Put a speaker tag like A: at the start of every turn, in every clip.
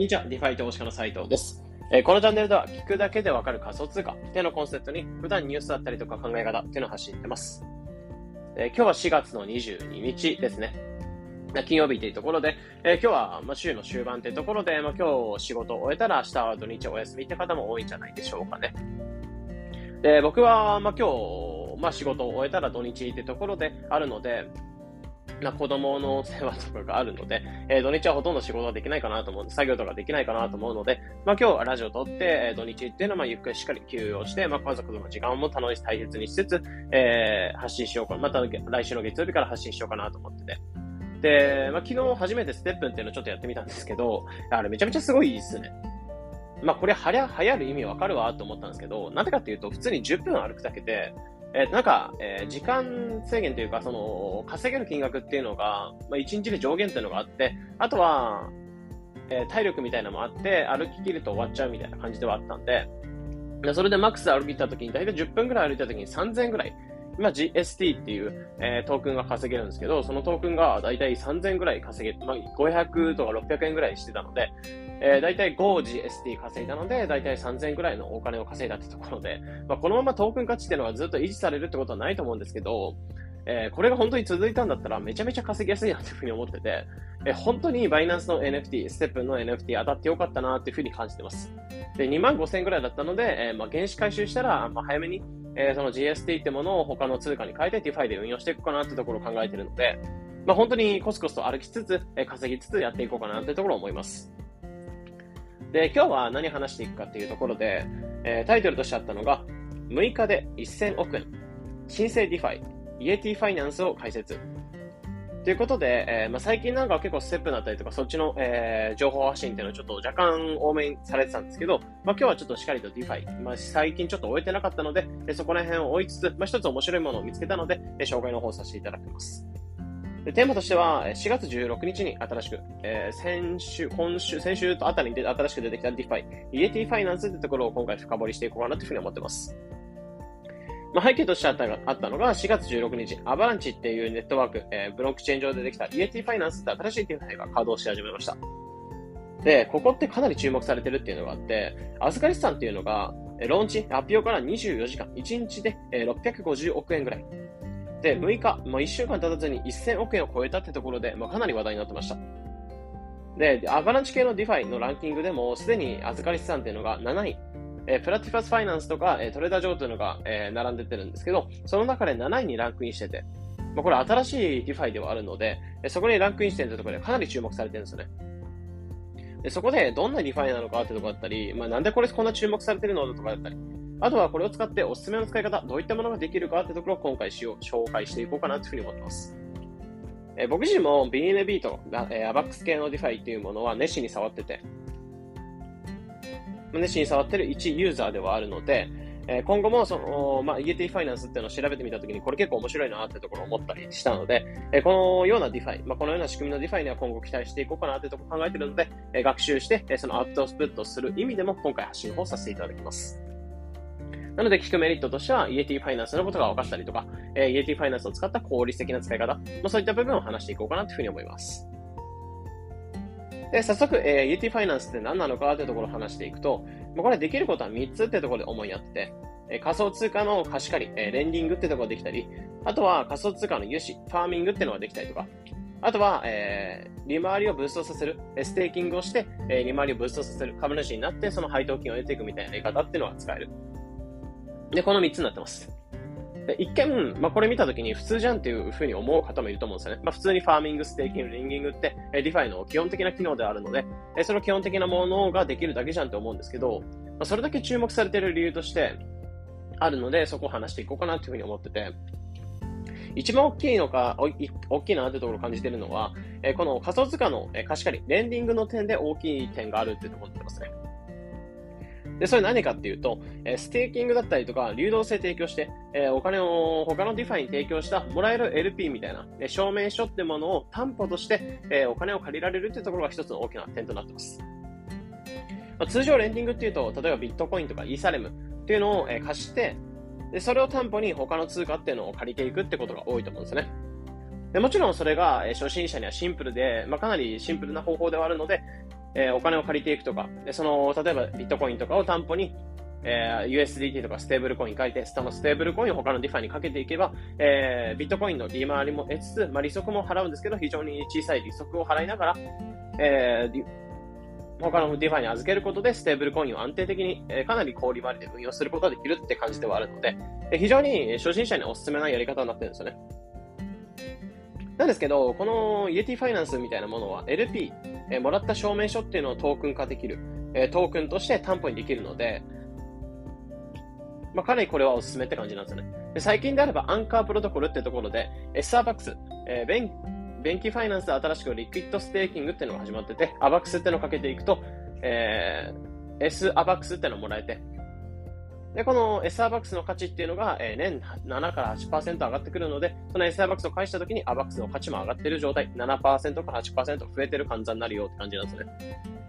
A: んにちは、DeFi 投資家の斉藤です。このチャンネルでは聞くだけでわかる仮想通貨っていうのをコンセプトに普段ニュースだったりとか考え方っていうのを発信しています。今日は4月の22日ですね。金曜日というところで、今日は週の終盤というところで、今日仕事を終えたら明日は土日お休みって方も多いんじゃないでしょうかね。で、僕は今日、仕事を終えたら土日ってところであるので、子供の世話とかがあるので、土日はほとんど仕事ができないかなと思う、作業とかできないかなと思うので、今日はラジオを撮って、土日っていうのはゆっくりしっかり休養して、家族との時間も大切にしつつ、発信しようか、また来週の月曜日から発信しようかなと思ってて。で、昨日初めてステップンっていうのをちょっとやってみたんですけど、あれめちゃめちゃすごいですね。これ流行る意味わかるわと思ったんですけど、なんでかっていうと、普通に10分歩くだけで、時間制限というか、稼げる金額っていうのが、1日で上限っていうのがあって、あとは、体力みたいなのもあって、歩き切ると終わっちゃうみたいな感じではあったんで、それでマックスで歩いた時に、だいたい10分ぐらい歩いた時に3000円ぐらい、GST っていう、トークンが稼げるんですけど、そのトークンがだいたい3000円ぐらい稼げ、500とか600円ぐらいしてたので、だいたい 5GST 稼いだので、だいたい3000円ぐらいのお金を稼いだってところで、このままトークン価値っていうのはずっと維持されるってことはないと思うんですけど、これが本当に続いたんだったらめちゃめちゃ稼ぎやすいなというふうに思ってて、本当にバイナンスの NFT、ステップンの NFT 当たってよかったなっていうふうに感じてます。で、25000円ぐらいだったので、原資回収したら、早めに、その GST ってものを他の通貨に変えて DeFi で運用していこうかなってところを考えているので、本当にコツコツと歩きつつ、稼ぎつつやっていこうかなってところを思います。で、今日は何話していくかっていうところで、タイトルとしてあったのが、6日で1000億円、新生 DeFi、イエティファイナンスを開設。ということで、最近なんか結構ステップだったりとか、そっちの、情報発信っていうのはちょっと若干多めにされてたんですけど、今日はちょっとしっかりと DeFi、最近ちょっと終えてなかったので、そこら辺を追いつつ、一つ面白いものを見つけたので、紹介の方させていただきます。で、テーマとしては、4月16日に新しく、先週とあたりに新しく出てきた DeFi、イエティファイナンスってところを今回深掘りしていこうかなというふうに思ってます。背景としてあったのが4月16日、アバランチっていうネットワーク、ブロックチェーン上でできたイエティファイナンスって新しい DeFi が稼働し始めました。で、ここってかなり注目されてるっていうのがあって、預かり資産っていうのが、ローンチ、発表から24時間、1日で650億円ぐらい。で、6日、1週間経たずに1000億円を超えたってところで、かなり話題になってました。で、アバランチ系の DeFi のランキングでも、すでに預かり資産っていうのが7位。プラティファスファイナンスとか、トレーダー上というのが、並んでてるんですけど、その中で7位にランクインしてて、これ新しい DeFi ではあるので、そこにランクインしてるところでかなり注目されてるんですよね。で、そこでどんな DeFi なのかってところだったり、なんでこれこんな注目されてるのとかだったり、あとはこれを使っておすすめの使い方、どういったものができるかってところを今回紹介していこうかなというふうに思ってます。僕自身も BNB とAVAX 系の DeFi っていうものは熱心に触ってて、熱心に触ってる一ユーザーではあるので、今後もイエティファイナンスっていうのを調べてみたときにこれ結構面白いなってところを思ったりしたので、このような DeFi、このような仕組みの DeFi には今後期待していこうかなってところを考えているので、学習して、そのアウトプットする意味でも今回発信をさせていただきます。なので聞くメリットとしては、イエティファイナンスのことが分かったりとか、イエティファイナンスを使った効率的な使い方、そういった部分を話していこうかなというふうに思います。で、早速、イエティファイナンスって何なのかというところを話していくと、これできることは3つってところで主にあって、仮想通貨の貸し借り、レンディングってところができたり、あとは仮想通貨の融資、ファーミングっていうのができたりとか、あとは、利回りをブーストさせる、ステーキングをして、利回りをブーストさせる、株主になってその配当金を得ていくみたいなやり方っていうのが使える。で、この3つになってます。で一見、これ見たときに普通じゃんっていうふうに思う方もいると思うんですよね。普通にファーミング、ステーキング、リンギングって、DeFi の基本的な機能であるので、その基本的なものができるだけじゃんって思うんですけど、それだけ注目されている理由としてあるので、そこを話していこうかなというふうに思ってて、一番大きいなというところを感じているのは、この仮想通貨の貸し借り、レンディングの点で大きい点があるというところになってますね。で、それ何かっていうと、ステーキングだったりとか、流動性提供して、お金を他の DeFi に提供したもらえる LP みたいな、証明書ってものを担保として、お金を借りられるっていうところが一つの大きな点となっています。通常レンディングっていうと、例えばビットコインとかイーサレムっていうのを貸して、でそれを担保に他の通貨っていうのを借りていくってことが多いと思うんですね。でもちろんそれが初心者にはシンプルで、かなりシンプルな方法ではあるので、 お金を借りていくとか、例えばビットコインとかを担保に、USDT とかステーブルコイン書いて、そのステーブルコインを他のディファイにかけていけば、ビットコインの利回りも得つつ、利息も払うんですけど、非常に小さい利息を払いながら、他のディファイに預けることで、ステーブルコインを安定的に、かなり高利回りで運用することができるって感じではあるので、非常に初心者におすすめなやり方になってるんですよね。なんですけど、このイエティファイナンスみたいなものは LP、もらった証明書っていうのをトークン化できる、トークンとして担保にできるので、かなりこれはおすすめって感じなんですよね。で、最近であればアンカープロトコルってところで、スターバックス、便器ファイナンスで新しくリクイッドステーキングっていうのが始まってて、アバックスっていうのをかけていくと、S アバックスっていうのをもらえて、で、この S アバックスの価値っていうのが、年7から 8% 上がってくるので、その S アバックスを返したときにアバックスの価値も上がっている状態、7% から 8% 増えてる換算になるよって感じなんですね。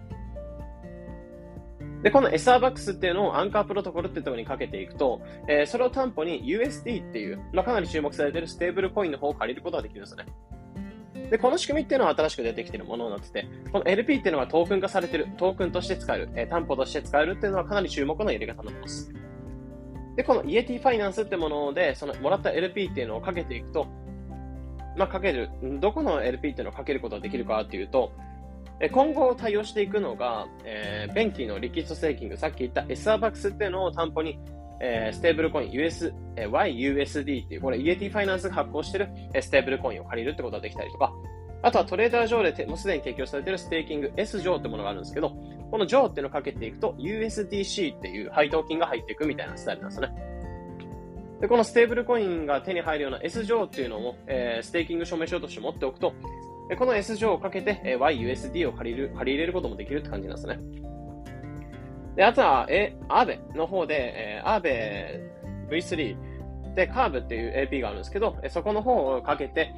A: で、この S アバックスっていうのをアンカープロトコルっていうところにかけていくと、それを担保に USD っていう、かなり注目されているステーブルコインの方を借りることができるんですよね。で、この仕組みっていうのは新しく出てきているものになってて、この LP っていうのがトークン化されている、トークンとして使える、担保として使えるっていうのはかなり注目のやり方になっています。で、このイエティファイナンスってもので、そのもらった LP っていうのをかけていくと、どこの LP っていうのをかけることができるかっていうと、今後対応していくのが、便器のリキッドステーキング、さっき言った S アバックスっていうのを担保に、ステーブルコイン、YUSD っていう、これイエティファイナンスが発行しているステーブルコインを借りるってことができたりとか、あとはトレーダー上でもうすでに提供されているステーキング S 上ってものがあるんですけど、この上っていうのをかけていくと USDC っていう配当金が入っていくみたいなスタイルなんですよね。で、このステーブルコインが手に入るような S 上っていうのを、ステーキング証明書として持っておくと、この S 上をかけて、YUSD を借り入れることもできるって感じなんですね。で、あとは、アーベの方で、アーベ V3 でカーブっていう AP があるんですけど、そこの方をかけて、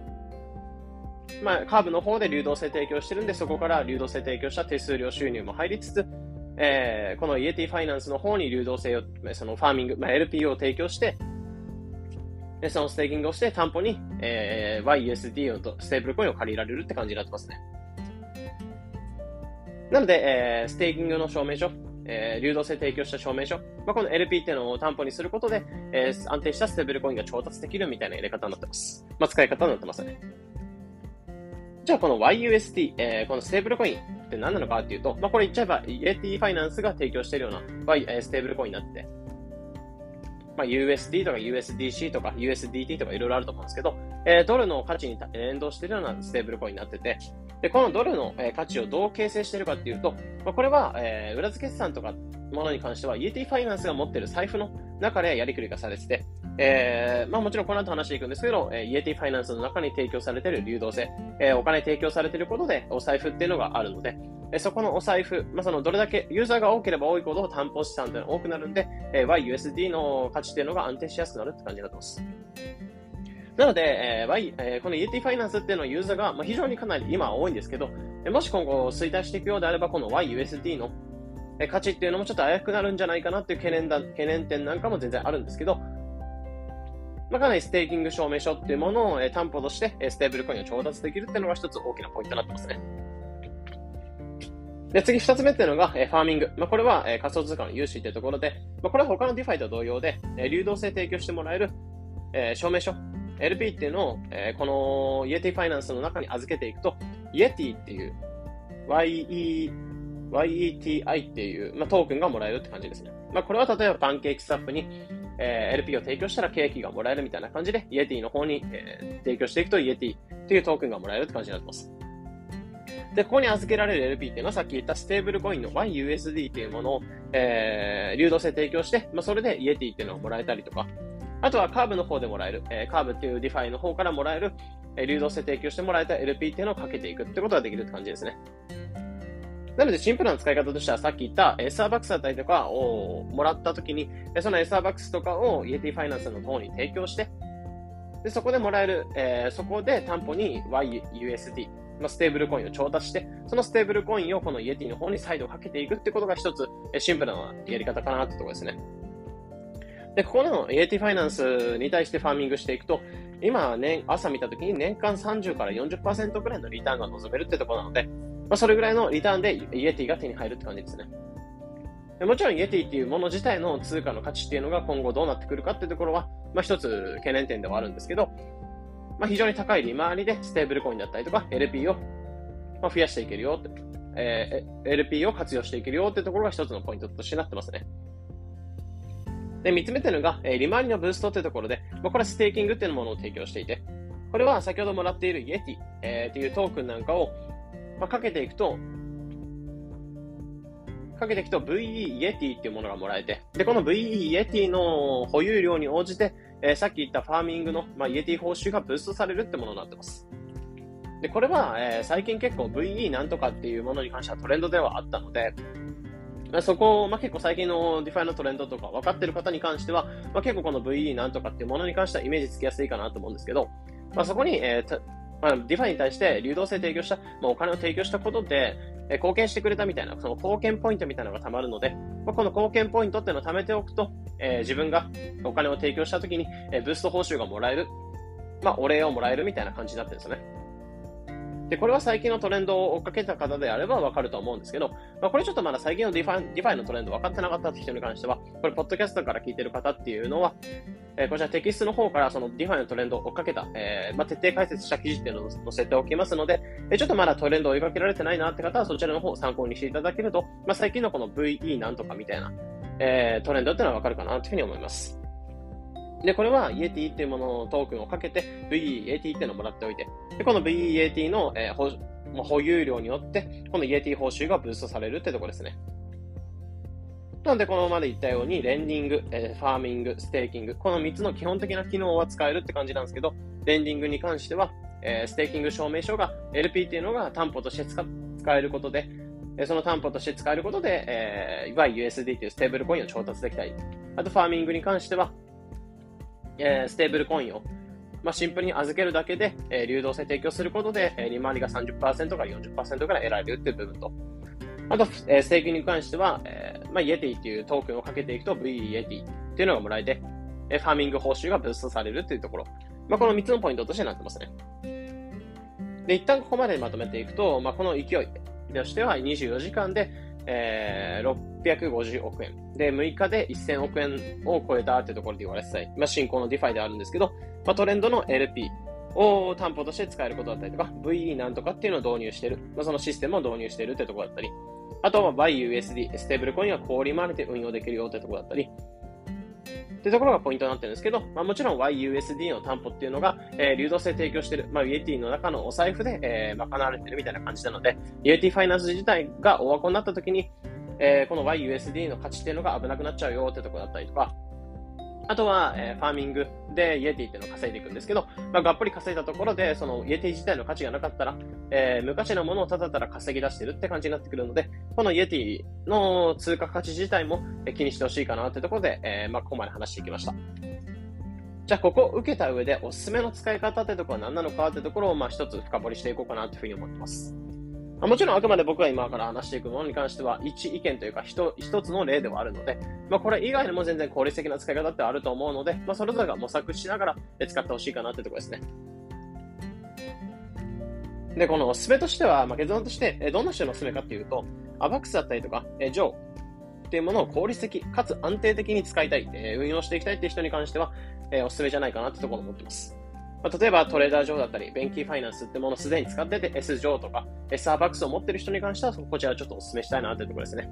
A: カーブの方で流動性提供してるんで、そこから流動性提供した手数料収入も入りつつ、このイエティファイナンスの方に流動性を、そのファーミング、LP を提供して、で、そのステーキングをして担保に、YUSD とステーブルコインを借りられるって感じになってますね。なので、ステーキングの証明書、流動性提供した証明書、この LP っていうのを担保にすることで、安定したステーブルコインが調達できるみたいなやり方になってます。使い方になってますね。じゃあこの YUSD、このステーブルコインって何なのかっていうと、これ言っちゃえば、イエティファイナンスが提供しているような、ステーブルコインになってて、USD とか USDC とか USDT とかいろいろあると思うんですけど、ドルの価値に連動しているようなステーブルコインになってて、で、このドルの価値をどう形成しているかっていうと、これは、裏付決算とかものに関しては、イエティファイナンスが持っている財布の中でやりくりがされてて、もちろんこの後話していくんですけど、イエティファイナンスの中に提供されている流動性、お金提供されていることでお財布っていうのがあるので、そこのお財布、そのどれだけユーザーが多ければ多いほど担保資産というのが多くなるんで、YUSD の価値っていうのが安定しやすくなるって感じになってます。なので、このイエティファイナンスっていうのはユーザーが、非常にかなり今は多いんですけど、もし今後衰退していくようであれば、この YUSD の価値っていうのもちょっと危うくなるんじゃないかなっていう懸念点なんかも全然あるんですけど、かなりステーキング証明書っていうものを担保としてステーブルコインを調達できるっていうのが一つ大きなポイントになってますね。で、次二つ目っていうのが、ファーミング。これは、仮想通貨の融資っていうところで、これは他のディファイと同様で、流動性提供してもらえる、証明書、LP っていうのを、このイエティファイナンスの中に預けていくと、イエティっていう、YETI っていう、トークンがもらえるって感じですね。これは例えばパンケーキスタッフに、LP を提供したらケーキがもらえるみたいな感じで、イエティの方に、提供していくとイエティっていうトークンがもらえるって感じになってます。で、ここに預けられる LP っていうのはさっき言ったステーブルコインの YUSD っていうものを、流動性提供して、それでイエティっていうのをもらえたりとか、あとはカーブの方でもらえる、カーブっていうディファイの方からもらえる、流動性提供してもらえた LP っていうのをかけていくってことができるって感じですね。なのでシンプルな使い方としてはさっき言ったエサーバックスだったりとかをもらった時に、そのエサーバックスとかをイエティファイナンスの方に提供して、でそこでもらえる、そこで担保に YUSD、ステーブルコインを調達して、そのステーブルコインをこのイエティの方に再度かけていくってことが一つシンプルなやり方かなってところですね。で、ここのイエティファイナンスに対してファーミングしていくと、今朝見たときに年間30から 40% くらいのリターンが望めるってところなので、 それぐらいのリターンでイエティが手に入るって感じですね。もちろんイエティっていうもの自体の通貨の価値っていうのが今後どうなってくるかっていうところは、一つ懸念点ではあるんですけど、非常に高い利回りでステーブルコインだったりとか LP を増やしていけるよって、LP を活用していけるよっていうところが一つのポイントとしてなってますね。で、三つ目というのが、利回りのブーストというところで、これはステーキングっていうものを提供していて、これは先ほどもらっているイエティ、っていうトークンなんかを、かけていくと VE イエティっていうものがもらえて、で、この VE イエティの保有量に応じて、さっき言ったファーミングの、イエティ報酬がブーストされるってものになってます。で、これは、最近結構 VE なんとかっていうものに関してはトレンドではあったので、そこを、結構最近の DeFi のトレンドとか分かっている方に関しては、結構この VE なんとかっていうものに関してはイメージつきやすいかなと思うんですけど、そこに、DeFi に対して流動性提供した、お金を提供したことで、貢献してくれたみたいな、その貢献ポイントみたいなのが貯まるので、この貢献ポイントっていうのを貯めておくと、自分がお金を提供したときに、ブースト報酬がもらえる、お礼をもらえるみたいな感じになってるんですよね。で、これは最近のトレンドを追っかけた方であればわかると思うんですけど、これちょっとまだ最近のDeFi のトレンド分かってなかったって人に関しては、これ、ポッドキャストから聞いてる方っていうのは、こちらテキストの方からその DeFi のトレンドを追っかけた、徹底解説した記事っていうのを載せておきますので、ちょっとまだトレンドを追いかけられてないなって方は、そちらの方を参考にしていただけると、最近のこの VE なんとかみたいな、トレンドっていうのはわかるかなというふうに思います。で、これは EAT っていうもののトークンをかけて VEAT っていうのをもらっておいて、で、この VEAT の、保有量によって、この EAT 報酬がブーストされるってところですね。なので、このまで言ったように、レンディング、ファーミング、ステーキング、この3つの基本的な機能は使えるって感じなんですけど、レンディングに関しては、ステーキング証明書が LP っていうのが担保として使えることで、その担保として使えることで、いわゆる USD というステーブルコインを調達できたり、あとファーミングに関しては、ステーブルコインを、シンプルに預けるだけで、流動性提供することで、利回りが 30% から 40% から得られるっていう部分と、あと、ステーキングに関しては、イエティっていうトークンをかけていくと VE イエティっていうのがもらえて、ファーミング報酬がブーストされるっていうところ、この3つのポイントとしてなってますね。で、一旦ここまでまとめていくと、この勢いとしては24時間で、650億円。で、6日で1000億円を超えたっていうところで言われてたり、新興の DeFi であるんですけど、トレンドの LP を担保として使えることだったりとか、VE なんとかっていうのを導入している。そのシステムを導入しているっていうところだったり、あとは YUSD、ステーブルコインは小売回りで運用できるよっていうところだったり、っていうところがポイントになってるんですけど、もちろん YUSD の担保っていうのが、流動性提供している、イエティの中のお財布で、賄われているみたいな感じなので、イエティファイナンス自体がオワコンになった時に、この YUSD の価値っていうのが危なくなっちゃうよってところだったりとか、あとは、ファーミングでイエティっていうのを稼いでいくんですけど、がっぷり稼いだところで、そのイエティ自体の価値がなかったら、無価値なものをただただ稼ぎ出してるって感じになってくるので、このイエティの通貨価値自体も気にしてほしいかなってところで、ここまで話していきました。じゃあ、ここを受けた上でおすすめの使い方ってところは何なのかってところを、一つ深掘りしていこうかなというふうに思ってます。もちろんあくまで僕が今から話していくものに関しては一意見というか一つの例ではあるので、これ以外でも全然効率的な使い方ってあると思うので、それぞれが模索しながら使ってほしいかなってところですね。で、このおすすめとしては、結論としてどんな人のおすすめかっていうと、AVAX だったりとか、JOEっていうものを効率的かつ安定的に使いたい、運用していきたいっていう人に関しては、おすすめじゃないかなってところを思ってます。例えばトレーダー上だったり、ベンキーファイナンスってものをすでに使ってて、S 上とか SRBAX を持っている人に関しては、こちらをちょっとお勧めしたいなというところですね。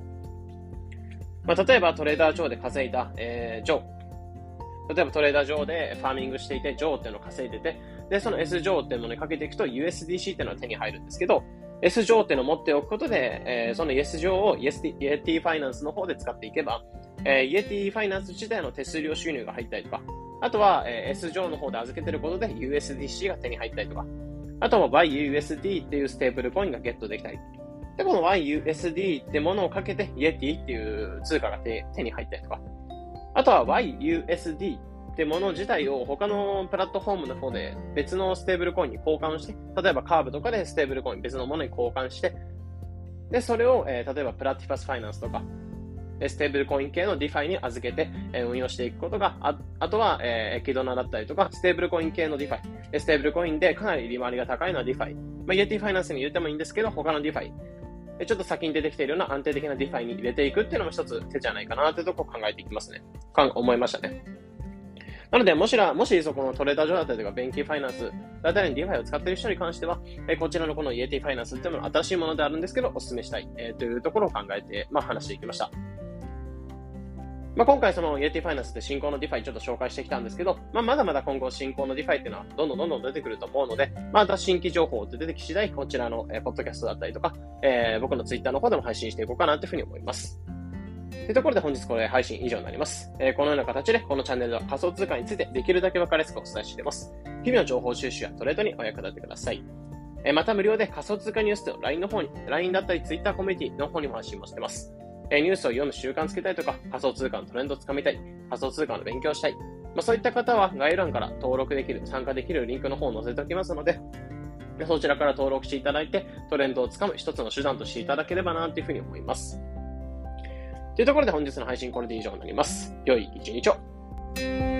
A: 例えばトレーダー上で稼いだ、上。例えばトレーダー上でファーミングしていて、上っていうのを稼いでて、で、その S 上っていうものにかけていくと USDC っていうのは手に入るんですけど、S 上っていうのを持っておくことで、その S 上を Yeti ファイナンスの方で使っていけば、Yeti ファイナンス自体の手数料収入が入ったりとか、あとは、S 上の方で預けてることで USDC が手に入ったりとか、あとは YUSD っていうステーブルコインがゲットできたり。で、この YUSD ってものをかけて Yeti っていう通貨が手に入ったりとか、あとは YUSD ってもの自体を他のプラットフォームの方で別のステーブルコインに交換して、例えばカーブとかでステーブルコイン別のものに交換して、で、それを、例えばプラティパスファイナンスとか、 ステーブルコイン系の DeFi に預けて運用していくことが、あとはエキドナだったりとか、ステーブルコイン系の DeFi、ステーブルコインでかなり利回りが高いのは DeFi、イエティファイナンスに入れてもいいんですけど、他の DeFi、ちょっと先に出てきているような安定的な DeFi に入れていくっていうのも一つ手じゃないかなというところを考えていきますね。思いましたね。なので、もしそこのトレーダー上だったりとか、ベンキーファイナンスだったりに DeFi を使っている人に関しては、こちらのこのイエティファイナンスっていうのは新しいものであるんですけど、お勧めしたい、というところを考えて、話していきました。今回そのイエティファイナンスで新興の DeFi ちょっと紹介してきたんですけど、まだまだ今後新興の DeFi っていうのはどんどん出てくると思うので、また新規情報って出てき次第、こちらのポッドキャストだったりとか、僕の Twitter の方でも配信していこうかなというふうに思います。というところで本日これ配信以上になります。このような形でこのチャンネルでは仮想通貨についてできるだけ分かりやすくお伝えしています。日々の情報収集やトレードにお役立てください。また無料で仮想通貨ニュースの LINE の方に、LINE だったり Twitter コミュニティの方にも発信もしています。ニュースを読む習慣つけたいとか、仮想通貨のトレンドをつかみたい、仮想通貨の勉強をしたい、そういった方は概要欄から登録できる、参加できるリンクの方を載せておきますので、そちらから登録していただいて、トレンドをつかむ一つの手段としていただければなというふうに思います。というところで本日の配信これで以上になります。良い一日を。